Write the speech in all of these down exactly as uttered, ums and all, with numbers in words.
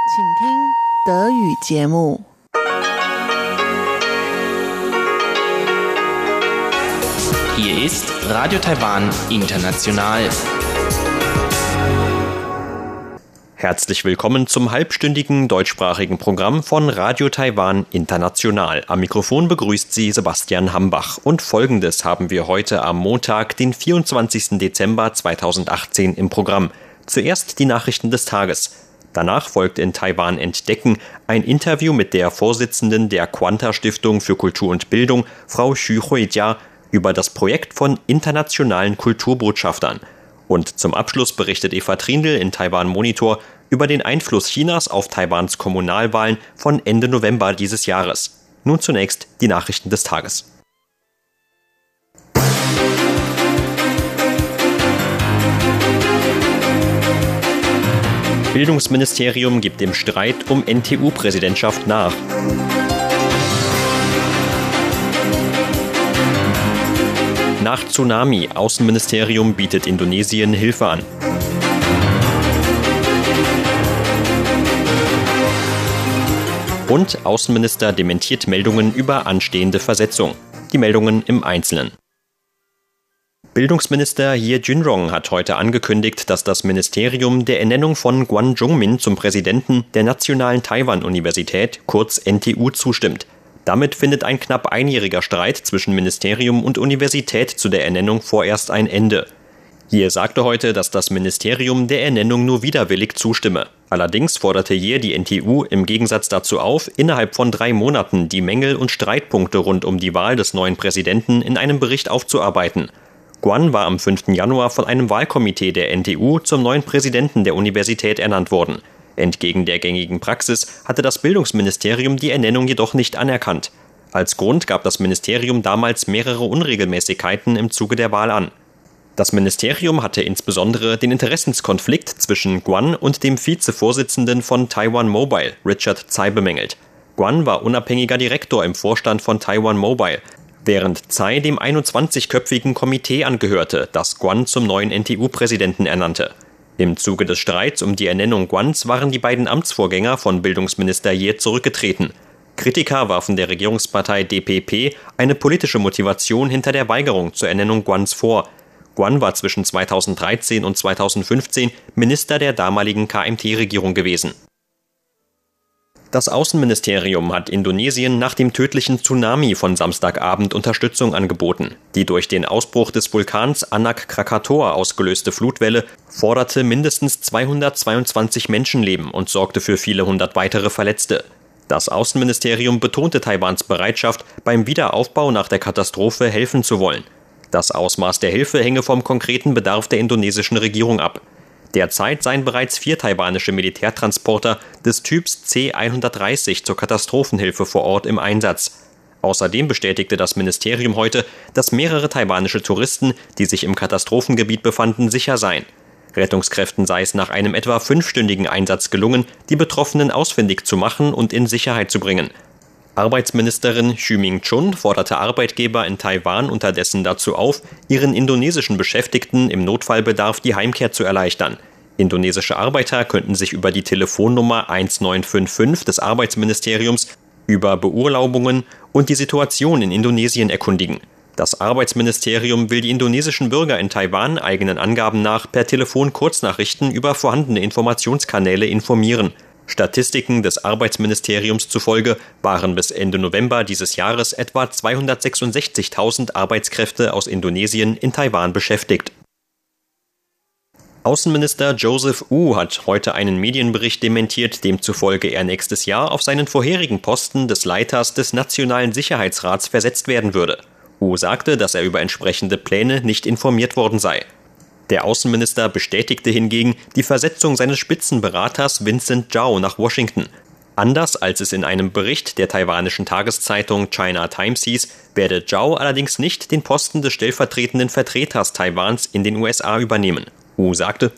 Hier ist Radio Taiwan International. Herzlich willkommen zum halbstündigen deutschsprachigen Programm von Radio Taiwan International. Am Mikrofon begrüßt Sie Sebastian Hambach. Und Folgendes haben wir heute am Montag, den vierundzwanzigsten Dezember zweitausendachtzehn im Programm. Zuerst die Nachrichten des Tages. Danach folgt in Taiwan Entdecken ein Interview mit der Vorsitzenden der Quanta Stiftung für Kultur und Bildung, Frau Xu Huijia, über das Projekt von internationalen Kulturbotschaftern. Und zum Abschluss berichtet Eva Trindl in Taiwan Monitor über den Einfluss Chinas auf Taiwans Kommunalwahlen von Ende November dieses Jahres. Nun zunächst die Nachrichten des Tages. Bildungsministerium gibt im Streit um N T U-Präsidentschaft nach. Nach Tsunami, Außenministerium bietet Indonesien Hilfe an. Und Außenminister dementiert Meldungen über anstehende Versetzung. Die Meldungen im Einzelnen. Bildungsminister Ye Junrong hat heute angekündigt, dass das Ministerium der Ernennung von Guan Zhongmin zum Präsidenten der Nationalen Taiwan-Universität, kurz N T U, zustimmt. Damit findet ein knapp einjähriger Streit zwischen Ministerium und Universität zu der Ernennung vorerst ein Ende. Ye sagte heute, dass das Ministerium der Ernennung nur widerwillig zustimme. Allerdings forderte Ye die N T U im Gegensatz dazu auf, innerhalb von drei Monaten die Mängel und Streitpunkte rund um die Wahl des neuen Präsidenten in einem Bericht aufzuarbeiten. Guan war am fünften Januar von einem Wahlkomitee der N T U zum neuen Präsidenten der Universität ernannt worden. Entgegen der gängigen Praxis hatte das Bildungsministerium die Ernennung jedoch nicht anerkannt. Als Grund gab das Ministerium damals mehrere Unregelmäßigkeiten im Zuge der Wahl an. Das Ministerium hatte insbesondere den Interessenskonflikt zwischen Guan und dem Vizevorsitzenden von Taiwan Mobile, Richard Tsai, bemängelt. Guan war unabhängiger Direktor im Vorstand von Taiwan Mobile, während Tsai dem einundzwanzigköpfigen Komitee angehörte, das Guan zum neuen N T U-Präsidenten ernannte. Im Zuge des Streits um die Ernennung Guans waren die beiden Amtsvorgänger von Bildungsminister Ye zurückgetreten. Kritiker warfen der Regierungspartei D P P eine politische Motivation hinter der Weigerung zur Ernennung Guans vor. Guan war zwischen zweitausenddreizehn und zweitausendfünfzehn Minister der damaligen K M T-Regierung gewesen. Das Außenministerium hat Indonesien nach dem tödlichen Tsunami von Samstagabend Unterstützung angeboten. Die durch den Ausbruch des Vulkans Anak Krakatoa ausgelöste Flutwelle forderte mindestens zweihundertzweiundzwanzig Menschenleben und sorgte für viele hundert weitere Verletzte. Das Außenministerium betonte Taiwans Bereitschaft, beim Wiederaufbau nach der Katastrophe helfen zu wollen. Das Ausmaß der Hilfe hänge vom konkreten Bedarf der indonesischen Regierung ab. Derzeit seien bereits vier taiwanische Militärtransporter des Typs C hundertdreißig zur Katastrophenhilfe vor Ort im Einsatz. Außerdem bestätigte das Ministerium heute, dass mehrere taiwanische Touristen, die sich im Katastrophengebiet befanden, sicher seien. Rettungskräften sei es nach einem etwa fünfstündigen Einsatz gelungen, die Betroffenen ausfindig zu machen und in Sicherheit zu bringen. Arbeitsministerin Xu Ming-chun forderte Arbeitgeber in Taiwan unterdessen dazu auf, ihren indonesischen Beschäftigten im Notfallbedarf die Heimkehr zu erleichtern. Indonesische Arbeiter könnten sich über die Telefonnummer eins neun fünf fünf des Arbeitsministeriums über Beurlaubungen und die Situation in Indonesien erkundigen. Das Arbeitsministerium will die indonesischen Bürger in Taiwan eigenen Angaben nach per Telefon-Kurznachrichten über vorhandene Informationskanäle informieren. Statistiken des Arbeitsministeriums zufolge waren bis Ende November dieses Jahres etwa zweihundertsechsundsechzigtausend Arbeitskräfte aus Indonesien in Taiwan beschäftigt. Außenminister Joseph Wu hat heute einen Medienbericht dementiert, demzufolge er nächstes Jahr auf seinen vorherigen Posten des Leiters des Nationalen Sicherheitsrats versetzt werden würde. Wu sagte, dass er über entsprechende Pläne nicht informiert worden sei. Der Außenminister bestätigte hingegen die Versetzung seines Spitzenberaters Vincent Zhao nach Washington. Anders als es in einem Bericht der taiwanischen Tageszeitung China Times hieß, werde Zhao allerdings nicht den Posten des stellvertretenden Vertreters Taiwans in den U S A übernehmen. Wu sagte,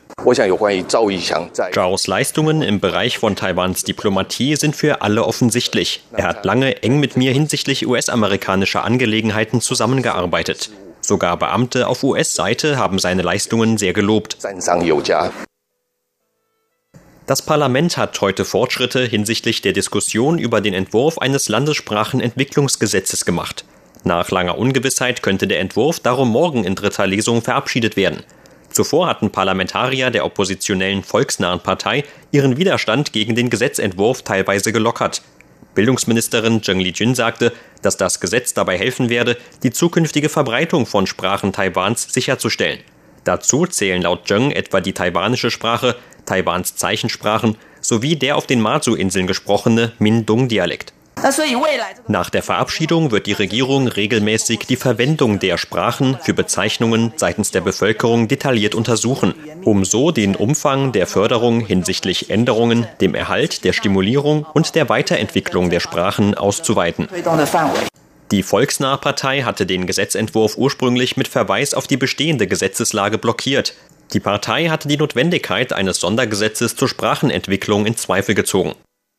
Zhaos Leistungen im Bereich von Taiwans Diplomatie sind für alle offensichtlich. Er hat lange eng mit mir hinsichtlich U S-amerikanischer Angelegenheiten zusammengearbeitet. Sogar Beamte auf U S-Seite haben seine Leistungen sehr gelobt. Das Parlament hat heute Fortschritte hinsichtlich der Diskussion über den Entwurf eines Landessprachenentwicklungsgesetzes gemacht. Nach langer Ungewissheit könnte der Entwurf darum morgen in dritter Lesung verabschiedet werden. Zuvor hatten Parlamentarier der oppositionellen Volksnahen Partei ihren Widerstand gegen den Gesetzentwurf teilweise gelockert. Bildungsministerin Zheng Lijun sagte, dass das Gesetz dabei helfen werde, die zukünftige Verbreitung von Sprachen Taiwans sicherzustellen. Dazu zählen laut Zheng etwa die taiwanische Sprache, Taiwans Zeichensprachen sowie der auf den Matsu-Inseln gesprochene Mindung-Dialekt. Nach der Verabschiedung wird die Regierung regelmäßig die Verwendung der Sprachen für Bezeichnungen seitens der Bevölkerung detailliert untersuchen, um so den Umfang der Förderung hinsichtlich Änderungen, dem Erhalt, der Stimulierung und der Weiterentwicklung der Sprachen auszuweiten. Die Volksnahe Partei hatte den Gesetzentwurf ursprünglich mit Verweis auf die bestehende Gesetzeslage blockiert. Die Partei hatte die Notwendigkeit eines Sondergesetzes zur Sprachenentwicklung in Zweifel gezogen.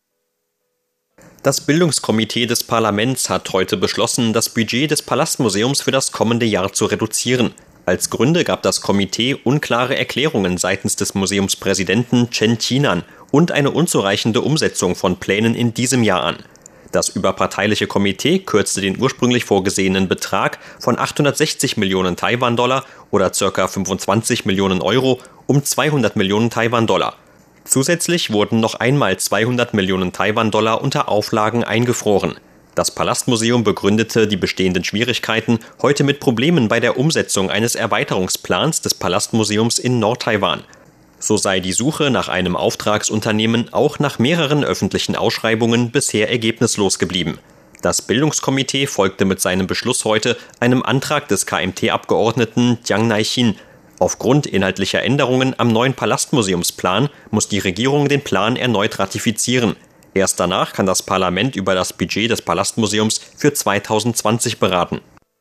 Das Bildungskomitee des Parlaments hat heute beschlossen, das Budget des Palastmuseums für das kommende Jahr zu reduzieren. Als Gründe gab das Komitee unklare Erklärungen seitens des Museumspräsidenten Chen Qinan und eine unzureichende Umsetzung von Plänen in diesem Jahr an. Das überparteiliche Komitee kürzte den ursprünglich vorgesehenen Betrag von achthundertsechzig Millionen Taiwan-Dollar oder ca. fünfundzwanzig Millionen Euro um zweihundert Millionen Taiwan-Dollar. Zusätzlich wurden noch einmal zweihundert Millionen Taiwan-Dollar unter Auflagen eingefroren. Das Palastmuseum begründete die bestehenden Schwierigkeiten heute mit Problemen bei der Umsetzung eines Erweiterungsplans des Palastmuseums in Nordtaiwan. So sei die Suche nach einem Auftragsunternehmen auch nach mehreren öffentlichen Ausschreibungen bisher ergebnislos geblieben. Das Bildungskomitee folgte mit seinem Beschluss heute einem Antrag des K M T-Abgeordneten Jiang Naixin. Aufgrund inhaltlicher Änderungen am neuen Palastmuseumsplan muss die Regierung den Plan erneut ratifizieren. Erst danach kann das Parlament über das Budget des Palastmuseums für zweitausendzwanzig beraten.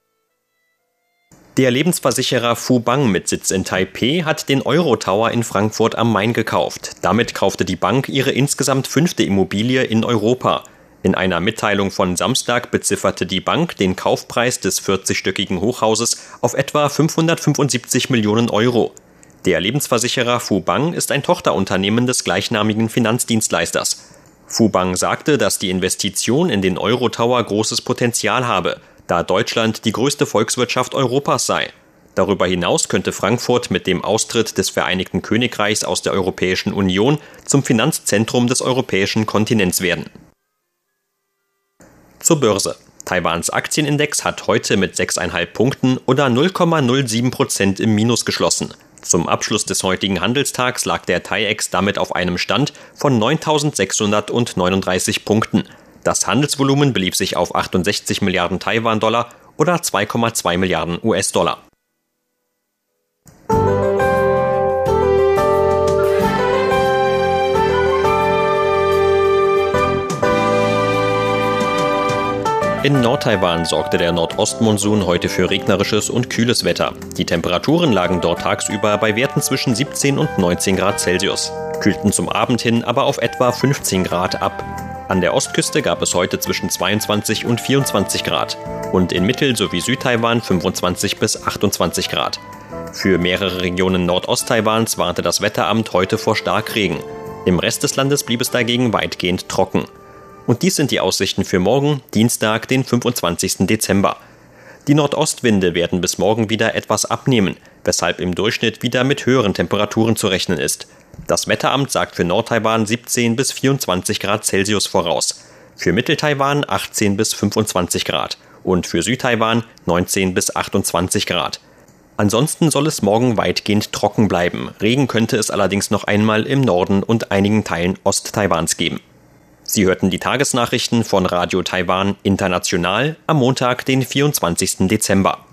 Der Lebensversicherer Fubang mit Sitz in Taipeh hat den Euro-Tower in Frankfurt am Main gekauft. Damit kaufte die Bank ihre insgesamt fünfte Immobilie in Europa. In einer Mitteilung von Samstag bezifferte die Bank den Kaufpreis des vierzig-stöckigen Hochhauses auf etwa fünfhundertfünfundsiebzig Millionen Euro. Der Lebensversicherer Fubang ist ein Tochterunternehmen des gleichnamigen Finanzdienstleisters. Fubang sagte, dass die Investition in den Euro-Tower großes Potenzial habe, da Deutschland die größte Volkswirtschaft Europas sei. Darüber hinaus könnte Frankfurt mit dem Austritt des Vereinigten Königreichs aus der Europäischen Union zum Finanzzentrum des europäischen Kontinents werden. Zur Börse. Taiwans Aktienindex hat heute mit sechs Komma fünf Punkten oder null Komma null sieben Prozent im Minus geschlossen. Zum Abschluss des heutigen Handelstags lag der TAIEX damit auf einem Stand von neuntausendsechshundertneununddreißig Punkten. Das Handelsvolumen belief sich auf achtundsechzig Milliarden Taiwan-Dollar oder zwei Komma zwei Milliarden U S-Dollar. In Nordtaiwan sorgte der Nordostmonsun heute für regnerisches und kühles Wetter. Die Temperaturen lagen dort tagsüber bei Werten zwischen siebzehn und neunzehn Grad Celsius, kühlten zum Abend hin aber auf etwa fünfzehn Grad ab. An der Ostküste gab es heute zwischen zweiundzwanzig und vierundzwanzig Grad und in Mittel- sowie Südtaiwan fünfundzwanzig bis achtundzwanzig Grad. Für mehrere Regionen Nordost-Taiwans warnte das Wetteramt heute vor Starkregen. Im Rest des Landes blieb es dagegen weitgehend trocken. Und dies sind die Aussichten für morgen, Dienstag, den fünfundzwanzigsten Dezember. Die Nordostwinde werden bis morgen wieder etwas abnehmen, weshalb im Durchschnitt wieder mit höheren Temperaturen zu rechnen ist. Das Wetteramt sagt für Nordtaiwan siebzehn bis vierundzwanzig Grad Celsius voraus, für Mitteltaiwan achtzehn bis fünfundzwanzig Grad und für Südtaiwan neunzehn bis achtundzwanzig Grad. Ansonsten soll es morgen weitgehend trocken bleiben. Regen könnte es allerdings noch einmal im Norden und einigen Teilen Osttaiwans geben. Sie hörten die Tagesnachrichten von Radio Taiwan International am Montag, den vierundzwanzigsten Dezember.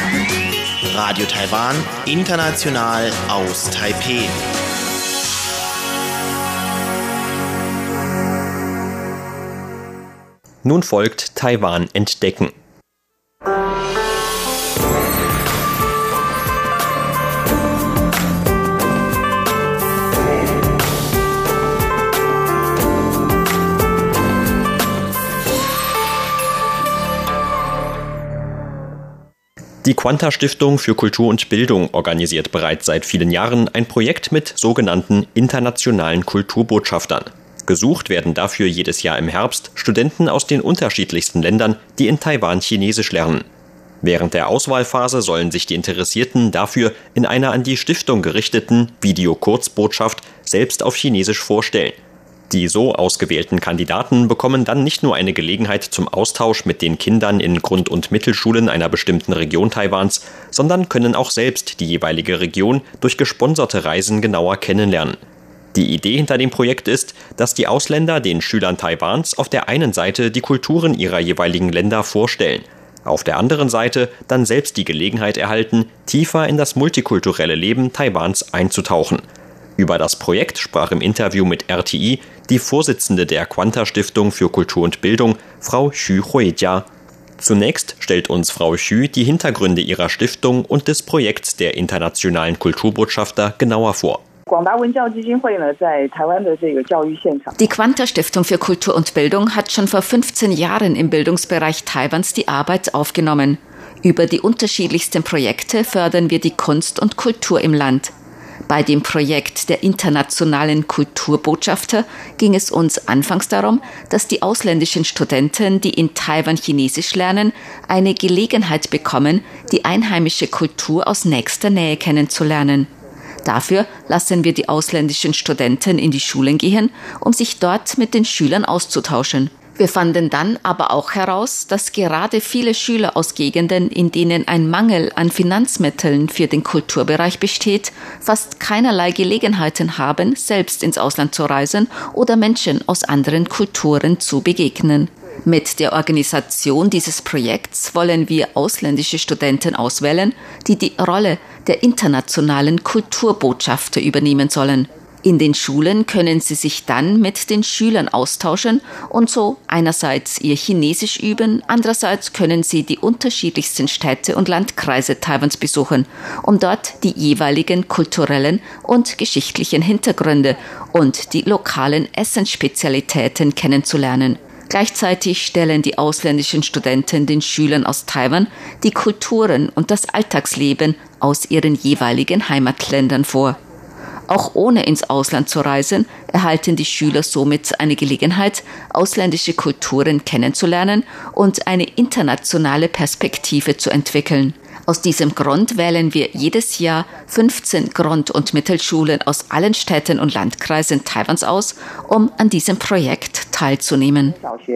Radio Taiwan, international aus Taipeh. Nun folgt Taiwan entdecken. Die Quanta-Stiftung für Kultur und Bildung organisiert bereits seit vielen Jahren ein Projekt mit sogenannten internationalen Kulturbotschaftern. Gesucht werden dafür jedes Jahr im Herbst Studenten aus den unterschiedlichsten Ländern, die in Taiwan Chinesisch lernen. Während der Auswahlphase sollen sich die Interessierten dafür in einer an die Stiftung gerichteten Videokurzbotschaft selbst auf Chinesisch vorstellen. Die so ausgewählten Kandidaten bekommen dann nicht nur eine Gelegenheit zum Austausch mit den Kindern in Grund- und Mittelschulen einer bestimmten Region Taiwans, sondern können auch selbst die jeweilige Region durch gesponserte Reisen genauer kennenlernen. Die Idee hinter dem Projekt ist, dass die Ausländer den Schülern Taiwans auf der einen Seite die Kulturen ihrer jeweiligen Länder vorstellen, auf der anderen Seite dann selbst die Gelegenheit erhalten, tiefer in das multikulturelle Leben Taiwans einzutauchen. Über das Projekt sprach im Interview mit R T I die Vorsitzende der Quanta-Stiftung für Kultur und Bildung, Frau Xu Huijia. Zunächst stellt uns Frau Xu die Hintergründe ihrer Stiftung und des Projekts der internationalen Kulturbotschafter genauer vor. Die Quanta-Stiftung für Kultur und Bildung hat schon vor fünfzehn Jahren im Bildungsbereich Taiwans die Arbeit aufgenommen. Über die unterschiedlichsten Projekte fördern wir die Kunst und Kultur im Land. Bei dem Projekt der internationalen Kulturbotschafter ging es uns anfangs darum, dass die ausländischen Studenten, die in Taiwan Chinesisch lernen, eine Gelegenheit bekommen, die einheimische Kultur aus nächster Nähe kennenzulernen. Dafür lassen wir die ausländischen Studenten in die Schulen gehen, um sich dort mit den Schülern auszutauschen. Wir fanden dann aber auch heraus, dass gerade viele Schüler aus Gegenden, in denen ein Mangel an Finanzmitteln für den Kulturbereich besteht, fast keinerlei Gelegenheiten haben, selbst ins Ausland zu reisen oder Menschen aus anderen Kulturen zu begegnen. Mit der Organisation dieses Projekts wollen wir ausländische Studenten auswählen, die die Rolle der internationalen Kulturbotschafter übernehmen sollen. In den Schulen können sie sich dann mit den Schülern austauschen und so einerseits ihr Chinesisch üben, andererseits können sie die unterschiedlichsten Städte und Landkreise Taiwans besuchen, um dort die jeweiligen kulturellen und geschichtlichen Hintergründe und die lokalen Essensspezialitäten kennenzulernen. Gleichzeitig stellen die ausländischen Studenten den Schülern aus Taiwan die Kulturen und das Alltagsleben aus ihren jeweiligen Heimatländern vor. Auch ohne ins Ausland zu reisen, erhalten die Schüler somit eine Gelegenheit, ausländische Kulturen kennenzulernen und eine internationale Perspektive zu entwickeln. Aus diesem Grund wählen wir jedes Jahr fünfzehn Grund- und Mittelschulen aus allen Städten und Landkreisen Taiwans aus, um an diesem Projekt teilzunehmen.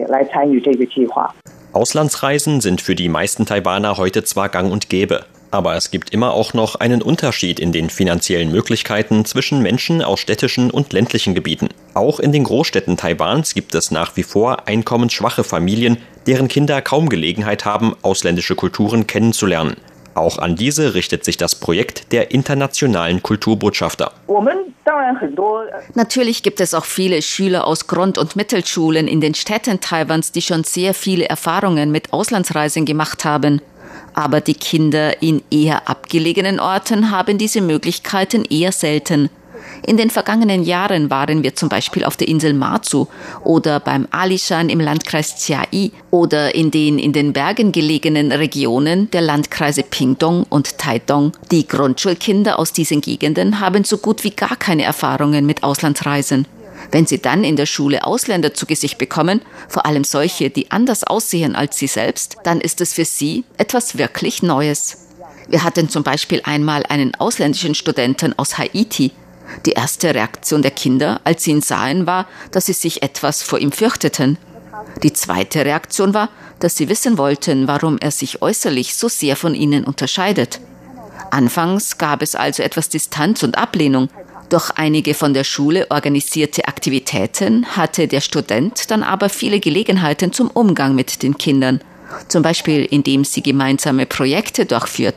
Auslandsreisen sind für die meisten Taiwaner heute zwar gang und gäbe. Aber es gibt immer auch noch einen Unterschied in den finanziellen Möglichkeiten zwischen Menschen aus städtischen und ländlichen Gebieten. Auch in den Großstädten Taiwans gibt es nach wie vor einkommensschwache Familien, deren Kinder kaum Gelegenheit haben, ausländische Kulturen kennenzulernen. Auch an diese richtet sich das Projekt der internationalen Kulturbotschafter. Natürlich gibt es auch viele Schüler aus Grund- und Mittelschulen in den Städten Taiwans, die schon sehr viele Erfahrungen mit Auslandsreisen gemacht haben. Aber die Kinder in eher abgelegenen Orten haben diese Möglichkeiten eher selten. In den vergangenen Jahren waren wir zum Beispiel auf der Insel Matsu oder beim Alishan im Landkreis Chiayi oder in den in den Bergen gelegenen Regionen der Landkreise Pingtung und Taitung. Die Grundschulkinder aus diesen Gegenden haben so gut wie gar keine Erfahrungen mit Auslandsreisen. Wenn sie dann in der Schule Ausländer zu Gesicht bekommen, vor allem solche, die anders aussehen als sie selbst, dann ist es für sie etwas wirklich Neues. Wir hatten zum Beispiel einmal einen ausländischen Studenten aus Haiti. Die erste Reaktion der Kinder, als sie ihn sahen, war, dass sie sich etwas vor ihm fürchteten. Die zweite Reaktion war, dass sie wissen wollten, warum er sich äußerlich so sehr von ihnen unterscheidet. Anfangs gab es also etwas Distanz und Ablehnung. Durch einige von der Schule organisierte Aktivitäten hatte der Student dann aber viele Gelegenheiten zum Umgang mit den Kindern. Zum Beispiel, indem sie gemeinsame Projekte durchführten.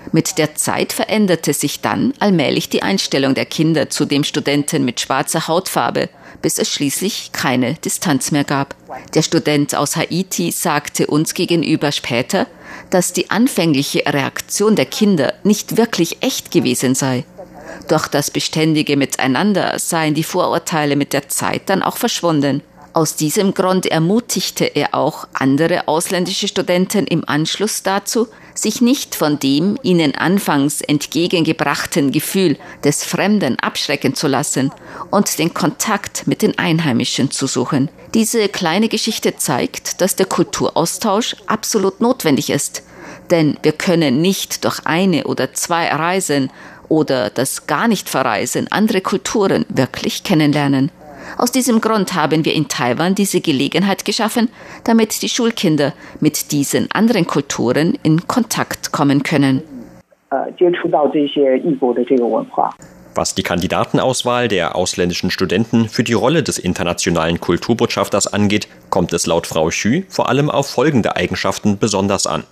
Mit der Zeit veränderte sich dann allmählich die Einstellung der Kinder zu dem Studenten mit schwarzer Hautfarbe, bis es schließlich keine Distanz mehr gab. Der Student aus Haiti sagte uns gegenüber später, dass die anfängliche Reaktion der Kinder nicht wirklich echt gewesen sei. Durch das beständige Miteinander seien die Vorurteile mit der Zeit dann auch verschwunden. Aus diesem Grund ermutigte er auch andere ausländische Studenten im Anschluss dazu, sich nicht von dem ihnen anfangs entgegengebrachten Gefühl des Fremden abschrecken zu lassen und den Kontakt mit den Einheimischen zu suchen. Diese kleine Geschichte zeigt, dass der Kulturaustausch absolut notwendig ist. Denn wir können nicht durch eine oder zwei Reisen oder das gar nicht Verreisen andere Kulturen wirklich kennenlernen. Aus diesem Grund haben wir in Taiwan diese Gelegenheit geschaffen, damit die Schulkinder mit diesen anderen Kulturen in Kontakt kommen können. Was die Kandidatenauswahl der ausländischen Studenten für die Rolle des internationalen Kulturbotschafters angeht, kommt es laut Frau Xu vor allem auf folgende Eigenschaften besonders an.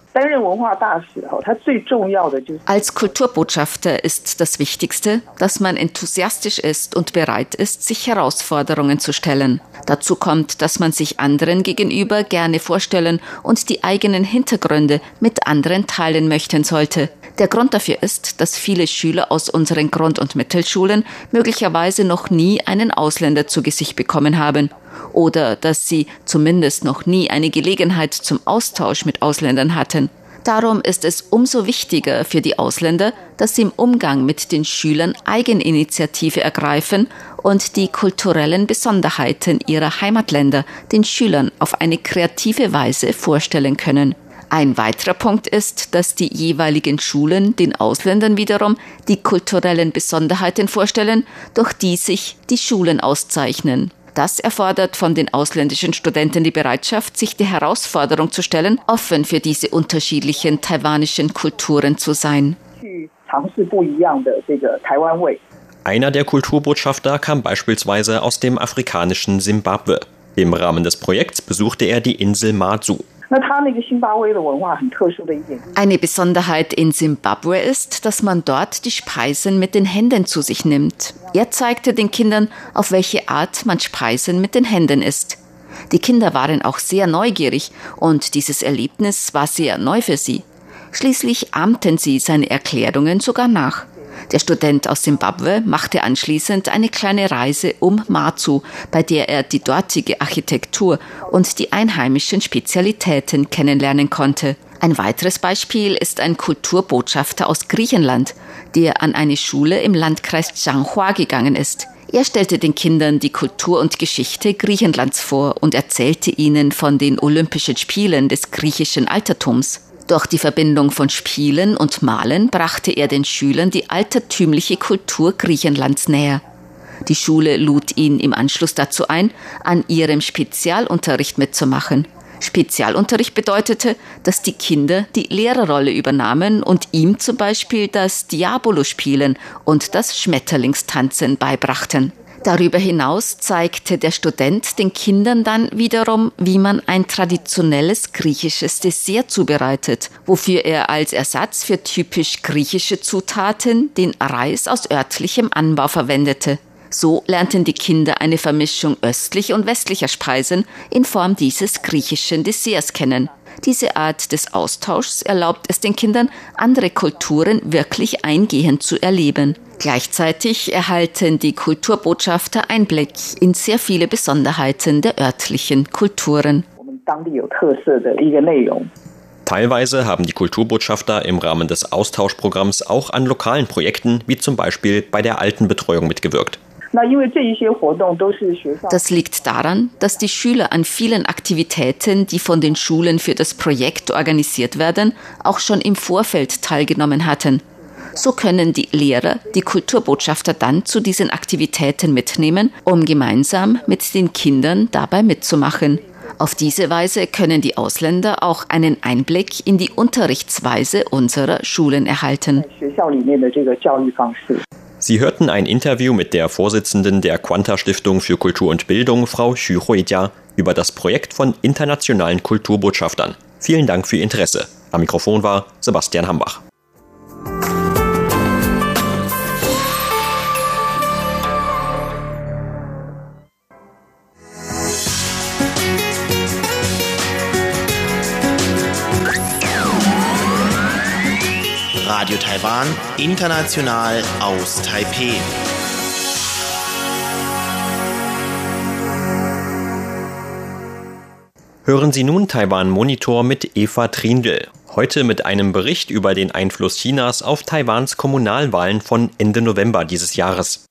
Als Kulturbotschafter ist das Wichtigste, dass man enthusiastisch ist und bereit ist, sich Herausforderungen zu stellen. Dazu kommt, dass man sich anderen gegenüber gerne vorstellen und die eigenen Hintergründe mit anderen teilen möchten sollte. Der Grund dafür ist, dass viele Schüler aus unseren Grund- und Mittelschulen möglicherweise noch nie einen Ausländer zu Gesicht bekommen haben oder dass sie zumindest noch nie eine Gelegenheit zum Austausch mit Ausländern hatten. Darum ist es umso wichtiger für die Ausländer, dass sie im Umgang mit den Schülern Eigeninitiative ergreifen und die kulturellen Besonderheiten ihrer Heimatländer den Schülern auf eine kreative Weise vorstellen können. Ein weiterer Punkt ist, dass die jeweiligen Schulen den Ausländern wiederum die kulturellen Besonderheiten vorstellen, durch die sich die Schulen auszeichnen. Das erfordert von den ausländischen Studenten die Bereitschaft, sich die Herausforderung zu stellen, offen für diese unterschiedlichen taiwanischen Kulturen zu sein. Einer der Kulturbotschafter kam beispielsweise aus dem afrikanischen Simbabwe. Im Rahmen des Projekts besuchte er die Insel Mazu. Eine Besonderheit in Simbabwe ist, dass man dort die Speisen mit den Händen zu sich nimmt. Er zeigte den Kindern, auf welche Art man Speisen mit den Händen isst. Die Kinder waren auch sehr neugierig und dieses Erlebnis war sehr neu für sie. Schließlich ahmten sie seine Erklärungen sogar nach. Der Student aus Simbabwe machte anschließend eine kleine Reise um Mazu, bei der er die dortige Architektur und die einheimischen Spezialitäten kennenlernen konnte. Ein weiteres Beispiel ist ein Kulturbotschafter aus Griechenland, der an eine Schule im Landkreis Changhua gegangen ist. Er stellte den Kindern die Kultur und Geschichte Griechenlands vor und erzählte ihnen von den Olympischen Spielen des griechischen Altertums. Durch die Verbindung von Spielen und Malen brachte er den Schülern die altertümliche Kultur Griechenlands näher. Die Schule lud ihn im Anschluss dazu ein, an ihrem Spezialunterricht mitzumachen. Spezialunterricht bedeutete, dass die Kinder die Lehrerrolle übernahmen und ihm zum Beispiel das Diabolo-Spielen und das Schmetterlingstanzen beibrachten. Darüber hinaus zeigte der Student den Kindern dann wiederum, wie man ein traditionelles griechisches Dessert zubereitet, wofür er als Ersatz für typisch griechische Zutaten den Reis aus örtlichem Anbau verwendete. So lernten die Kinder eine Vermischung östlich- und westlicher Speisen in Form dieses griechischen Desserts kennen. Diese Art des Austauschs erlaubt es den Kindern, andere Kulturen wirklich eingehend zu erleben. Gleichzeitig erhalten die Kulturbotschafter Einblick in sehr viele Besonderheiten der örtlichen Kulturen. Teilweise haben die Kulturbotschafter im Rahmen des Austauschprogramms auch an lokalen Projekten, wie zum Beispiel bei der Altenbetreuung, mitgewirkt. Das liegt daran, dass die Schüler an vielen Aktivitäten, die von den Schulen für das Projekt organisiert werden, auch schon im Vorfeld teilgenommen hatten. So können die Lehrer die Kulturbotschafter dann zu diesen Aktivitäten mitnehmen, um gemeinsam mit den Kindern dabei mitzumachen. Auf diese Weise können die Ausländer auch einen Einblick in die Unterrichtsweise unserer Schulen erhalten. Sie hörten ein Interview mit der Vorsitzenden der Quanta-Stiftung für Kultur und Bildung, Frau Xu Huijia, über das Projekt von internationalen Kulturbotschaftern. Vielen Dank für Ihr Interesse. Am Mikrofon war Sebastian Hambach. Radio Taiwan, international aus Taipeh. Hören Sie nun Taiwan Monitor mit Eva Trindl. Heute mit einem Bericht über den Einfluss Chinas auf Taiwans Kommunalwahlen von Ende November dieses Jahres.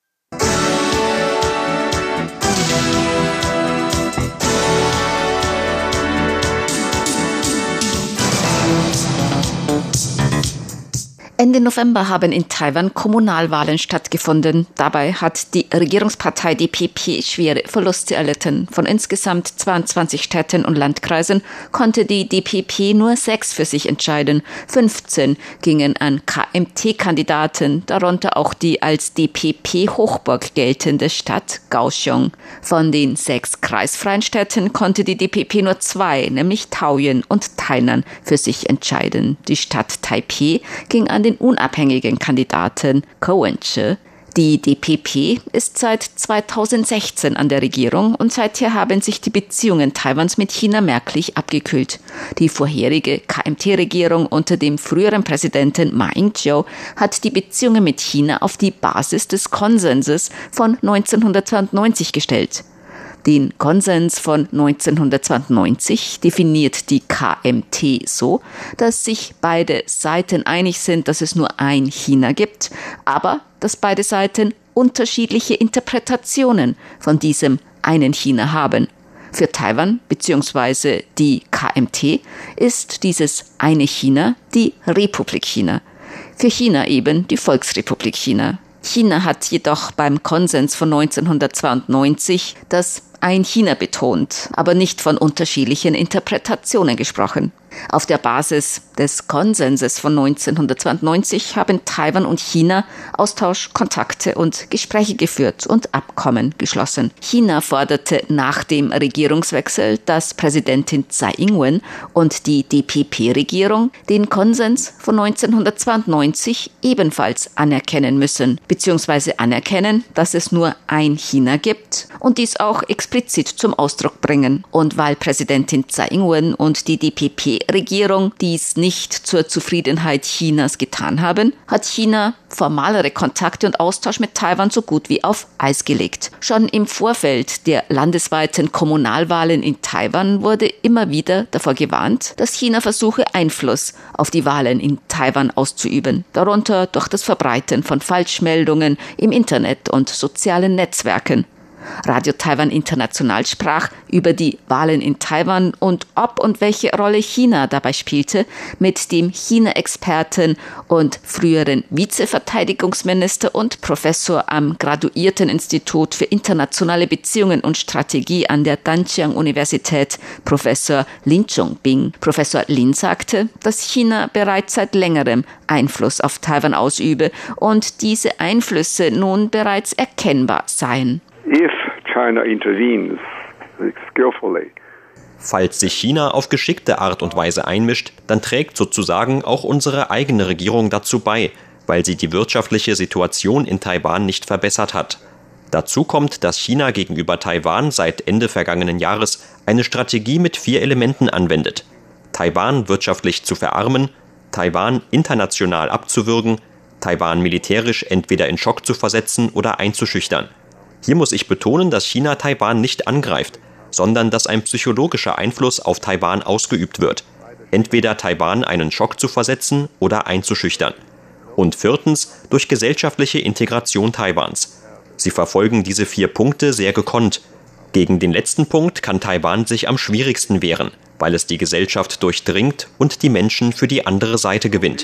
Ende November haben in Taiwan Kommunalwahlen stattgefunden. Dabei hat die Regierungspartei D P P schwere Verluste erlitten. Von insgesamt zweiundzwanzig Städten und Landkreisen konnte die D P P nur sechs für sich entscheiden. fünfzehn gingen an K M T-Kandidaten, darunter auch die als D P P-Hochburg geltende Stadt Kaohsiung. Von den sechs kreisfreien Städten konnte die D P P nur zwei, nämlich Taoyuan und Tainan, für sich entscheiden. Die Stadt Taipeh ging an den unabhängigen Kandidaten Ko Wen-che. Die D P P ist seit zweitausendsechzehn an der Regierung und seither haben sich die Beziehungen Taiwans mit China merklich abgekühlt. Die vorherige K M T-Regierung unter dem früheren Präsidenten Ma Ying-jeou hat die Beziehungen mit China auf die Basis des Konsenses von neunzehnhundertzweiundneunzig gestellt. Den Konsens von neunzehnhundertzweiundneunzig definiert die K M T so, dass sich beide Seiten einig sind, dass es nur ein China gibt, aber dass beide Seiten unterschiedliche Interpretationen von diesem einen China haben. Für Taiwan bzw. die K M T ist dieses eine China die Republik China. Für China eben die Volksrepublik China. China hat jedoch beim Konsens von neunzehnhundertzweiundneunzig das ein China betont, aber nicht von unterschiedlichen Interpretationen gesprochen. Auf der Basis des Konsenses von neunzehnhundertzweiundneunzig haben Taiwan und China Austausch, Kontakte und Gespräche geführt und Abkommen geschlossen. China forderte nach dem Regierungswechsel, dass Präsidentin Tsai Ing-wen und die D P P-Regierung den Konsens von neunzehnhundertzweiundneunzig ebenfalls anerkennen müssen, beziehungsweise anerkennen, dass es nur ein China gibt und dies auch explizit zum Ausdruck bringen. Und weil Präsidentin Tsai Ing-wen und die D P P-Regierung dies nicht zur Zufriedenheit Chinas getan haben, hat China formalere Kontakte und Austausch mit Taiwan so gut wie auf Eis gelegt. Schon im Vorfeld der landesweiten Kommunalwahlen in Taiwan wurde immer wieder davor gewarnt, dass China versuche, Einfluss auf die Wahlen in Taiwan auszuüben, darunter durch das Verbreiten von Falschmeldungen im Internet und sozialen Netzwerken. Radio Taiwan International sprach über die Wahlen in Taiwan und ob und welche Rolle China dabei spielte mit dem China-Experten und früheren Vizeverteidigungsminister und Professor am Graduierteninstitut für internationale Beziehungen und Strategie an der Danjiang-Universität, Professor Lin Chongbing. Professor Lin sagte, dass China bereits seit längerem Einfluss auf Taiwan ausübe und diese Einflüsse nun bereits erkennbar seien. If China intervenes skillfully. Falls sich China auf geschickte Art und Weise einmischt, dann trägt sozusagen auch unsere eigene Regierung dazu bei, weil sie die wirtschaftliche Situation in Taiwan nicht verbessert hat. Dazu kommt, dass China gegenüber Taiwan seit Ende vergangenen Jahres eine Strategie mit vier Elementen anwendet: Taiwan wirtschaftlich zu verarmen, Taiwan international abzuwürgen, Taiwan militärisch entweder in Schock zu versetzen oder einzuschüchtern. Hier muss ich betonen, dass China Taiwan nicht angreift, sondern dass ein psychologischer Einfluss auf Taiwan ausgeübt wird, entweder Taiwan einen Schock zu versetzen oder einzuschüchtern. Und viertens, durch gesellschaftliche Integration Taiwans. Sie verfolgen diese vier Punkte sehr gekonnt. Gegen den letzten Punkt kann Taiwan sich am schwierigsten wehren, weil es die Gesellschaft durchdringt und die Menschen für die andere Seite gewinnt.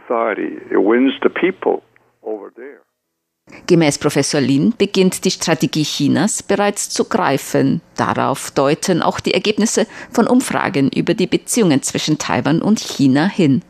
Gemäß Professor Lin beginnt die Strategie Chinas bereits zu greifen. Darauf deuten auch die Ergebnisse von Umfragen über die Beziehungen zwischen Taiwan und China hin.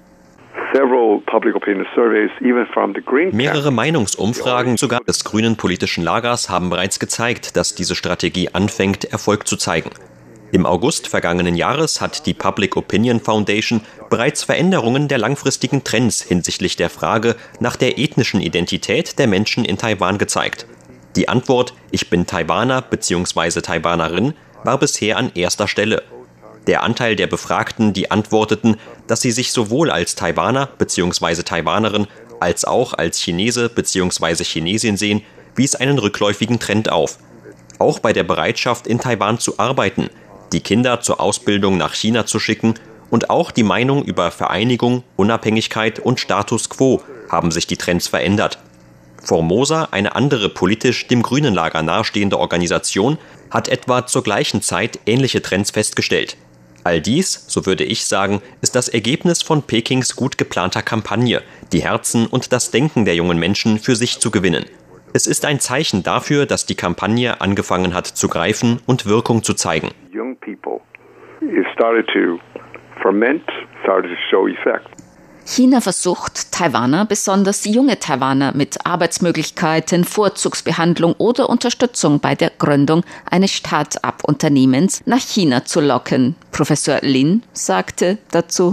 Mehrere Meinungsumfragen, sogar des grünen politischen Lagers, haben bereits gezeigt, dass diese Strategie anfängt, Erfolg zu zeigen. Im August vergangenen Jahres hat die Public Opinion Foundation bereits Veränderungen der langfristigen Trends hinsichtlich der Frage nach der ethnischen Identität der Menschen in Taiwan gezeigt. Die Antwort "Ich bin Taiwaner bzw. Taiwanerin" war bisher an erster Stelle. Der Anteil der Befragten, die antworteten, dass sie sich sowohl als Taiwaner bzw. Taiwanerin als auch als Chinese bzw. Chinesin sehen, wies einen rückläufigen Trend auf. Auch bei der Bereitschaft, in Taiwan zu arbeiten, die Kinder zur Ausbildung nach China zu schicken und auch die Meinung über Vereinigung, Unabhängigkeit und Status quo haben sich die Trends verändert. Formosa, eine andere politisch dem grünen Lager nahestehende Organisation, hat etwa zur gleichen Zeit ähnliche Trends festgestellt. All dies, so würde ich sagen, ist das Ergebnis von Pekings gut geplanter Kampagne, die Herzen und das Denken der jungen Menschen für sich zu gewinnen. Es ist ein Zeichen dafür, dass die Kampagne angefangen hat zu greifen und Wirkung zu zeigen. Young people, it started to ferment, started to show effect. China versucht, Taiwaner, besonders junge Taiwaner, mit Arbeitsmöglichkeiten, Vorzugsbehandlung oder Unterstützung bei der Gründung eines Start-up-Unternehmens nach China zu locken. Professor Lin sagte dazu: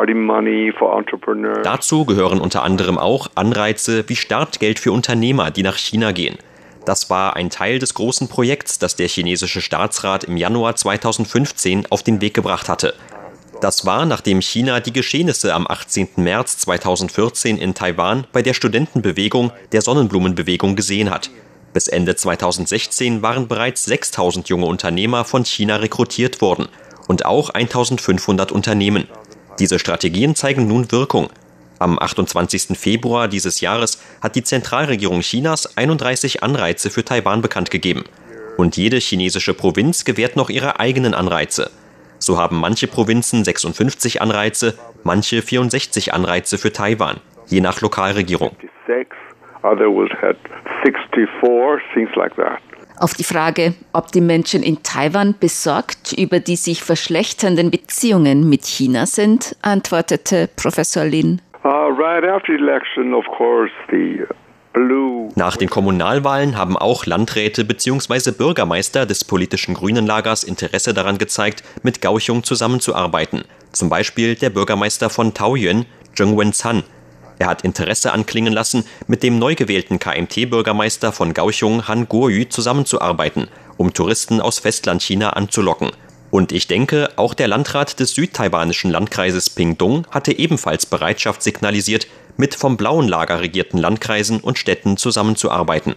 Dazu gehören unter anderem auch Anreize wie Startgeld für Unternehmer, die nach China gehen. Das war ein Teil des großen Projekts, das der chinesische Staatsrat im Januar zweitausendfünfzehn auf den Weg gebracht hatte. Das war, nachdem China die Geschehnisse am achtzehnten März zweitausendvierzehn in Taiwan bei der Studentenbewegung, der Sonnenblumenbewegung, gesehen hat. Bis Ende zweitausendsechzehn waren bereits sechstausend junge Unternehmer von China rekrutiert worden und auch eintausendfünfhundert Unternehmen. Diese Strategien zeigen nun Wirkung. Am achtundzwanzigsten Februar dieses Jahres hat die Zentralregierung Chinas einunddreißig Anreize für Taiwan bekannt gegeben. Und jede chinesische Provinz gewährt noch ihre eigenen Anreize. So haben manche Provinzen sechsundfünfzig Anreize, manche vierundsechzig Anreize für Taiwan, je nach Lokalregierung. Auf die Frage, ob die Menschen in Taiwan besorgt über die sich verschlechternden Beziehungen mit China sind, antwortete Professor Lin: Nach den Kommunalwahlen haben auch Landräte bzw. Bürgermeister des politischen grünen Lagers Interesse daran gezeigt, mit Kaohsiung zusammenzuarbeiten. Zum Beispiel der Bürgermeister von Taoyuan, Zheng Wen-zhan. Er hat Interesse anklingen lassen, mit dem neu gewählten K M T-Bürgermeister von Kaohsiung, Han Kuo-yu, zusammenzuarbeiten, um Touristen aus Festlandchina anzulocken. Und ich denke, auch der Landrat des südtaiwanischen Landkreises Pingtung hatte ebenfalls Bereitschaft signalisiert, mit vom blauen Lager regierten Landkreisen und Städten zusammenzuarbeiten.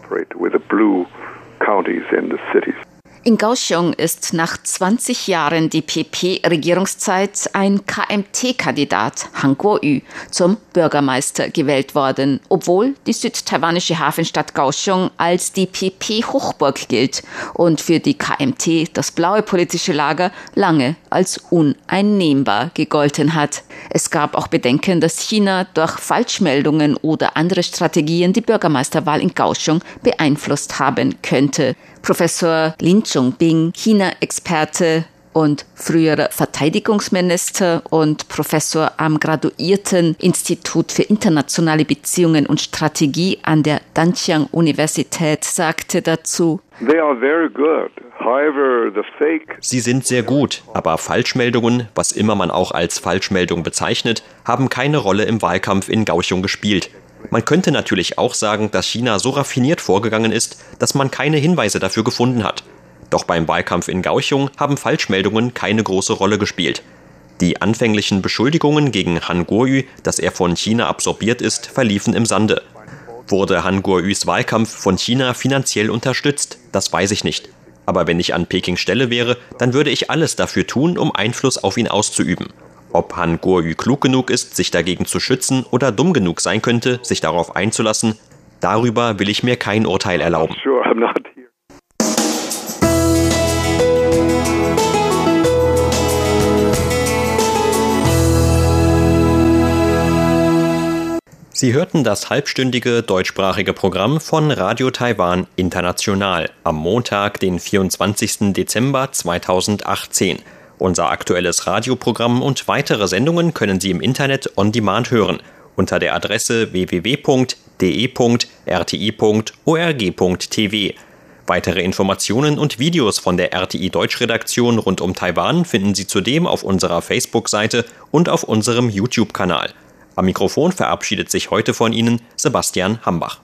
In Kaohsiung ist nach zwanzig Jahren die P P-Regierungszeit ein K M T-Kandidat, Han Kuo-yu, zum Bürgermeister gewählt worden, obwohl die südtaiwanische Hafenstadt Kaohsiung als die P P-Hochburg gilt und für die K M T, das blaue politische Lager, lange als uneinnehmbar gegolten hat. Es gab auch Bedenken, dass China durch Falschmeldungen oder andere Strategien die Bürgermeisterwahl in Kaohsiung beeinflusst haben könnte. Professor Lin Chongbing, China-Experte und früherer Verteidigungsminister und Professor am graduierten Institut für internationale Beziehungen und Strategie an der Danjiang-Universität, sagte dazu: Sie sind sehr gut, aber Falschmeldungen, was immer man auch als Falschmeldung bezeichnet, haben keine Rolle im Wahlkampf in Kaohsiung gespielt. Man könnte natürlich auch sagen, dass China so raffiniert vorgegangen ist, dass man keine Hinweise dafür gefunden hat. Doch beim Wahlkampf in Kaohsiung haben Falschmeldungen keine große Rolle gespielt. Die anfänglichen Beschuldigungen gegen Han Kuo-yu, dass er von China absorbiert ist, verliefen im Sande. Wurde Han Kuo-yus Wahlkampf von China finanziell unterstützt? Das weiß ich nicht. Aber wenn ich an Pekings Stelle wäre, dann würde ich alles dafür tun, um Einfluss auf ihn auszuüben. Ob Han Kuo-yu klug genug ist, sich dagegen zu schützen, oder dumm genug sein könnte, sich darauf einzulassen, darüber will ich mir kein Urteil erlauben. Sie hörten das halbstündige deutschsprachige Programm von Radio Taiwan International am Montag, den vierundzwanzigsten Dezember zweitausendachtzehn. Unser aktuelles Radioprogramm und weitere Sendungen können Sie im Internet on demand hören unter der Adresse w w w punkt d e punkt r t i punkt org punkt t v. Weitere Informationen und Videos von der R T I Deutschredaktion rund um Taiwan finden Sie zudem auf unserer Facebook-Seite und auf unserem YouTube-Kanal. Am Mikrofon verabschiedet sich heute von Ihnen Sebastian Hambach.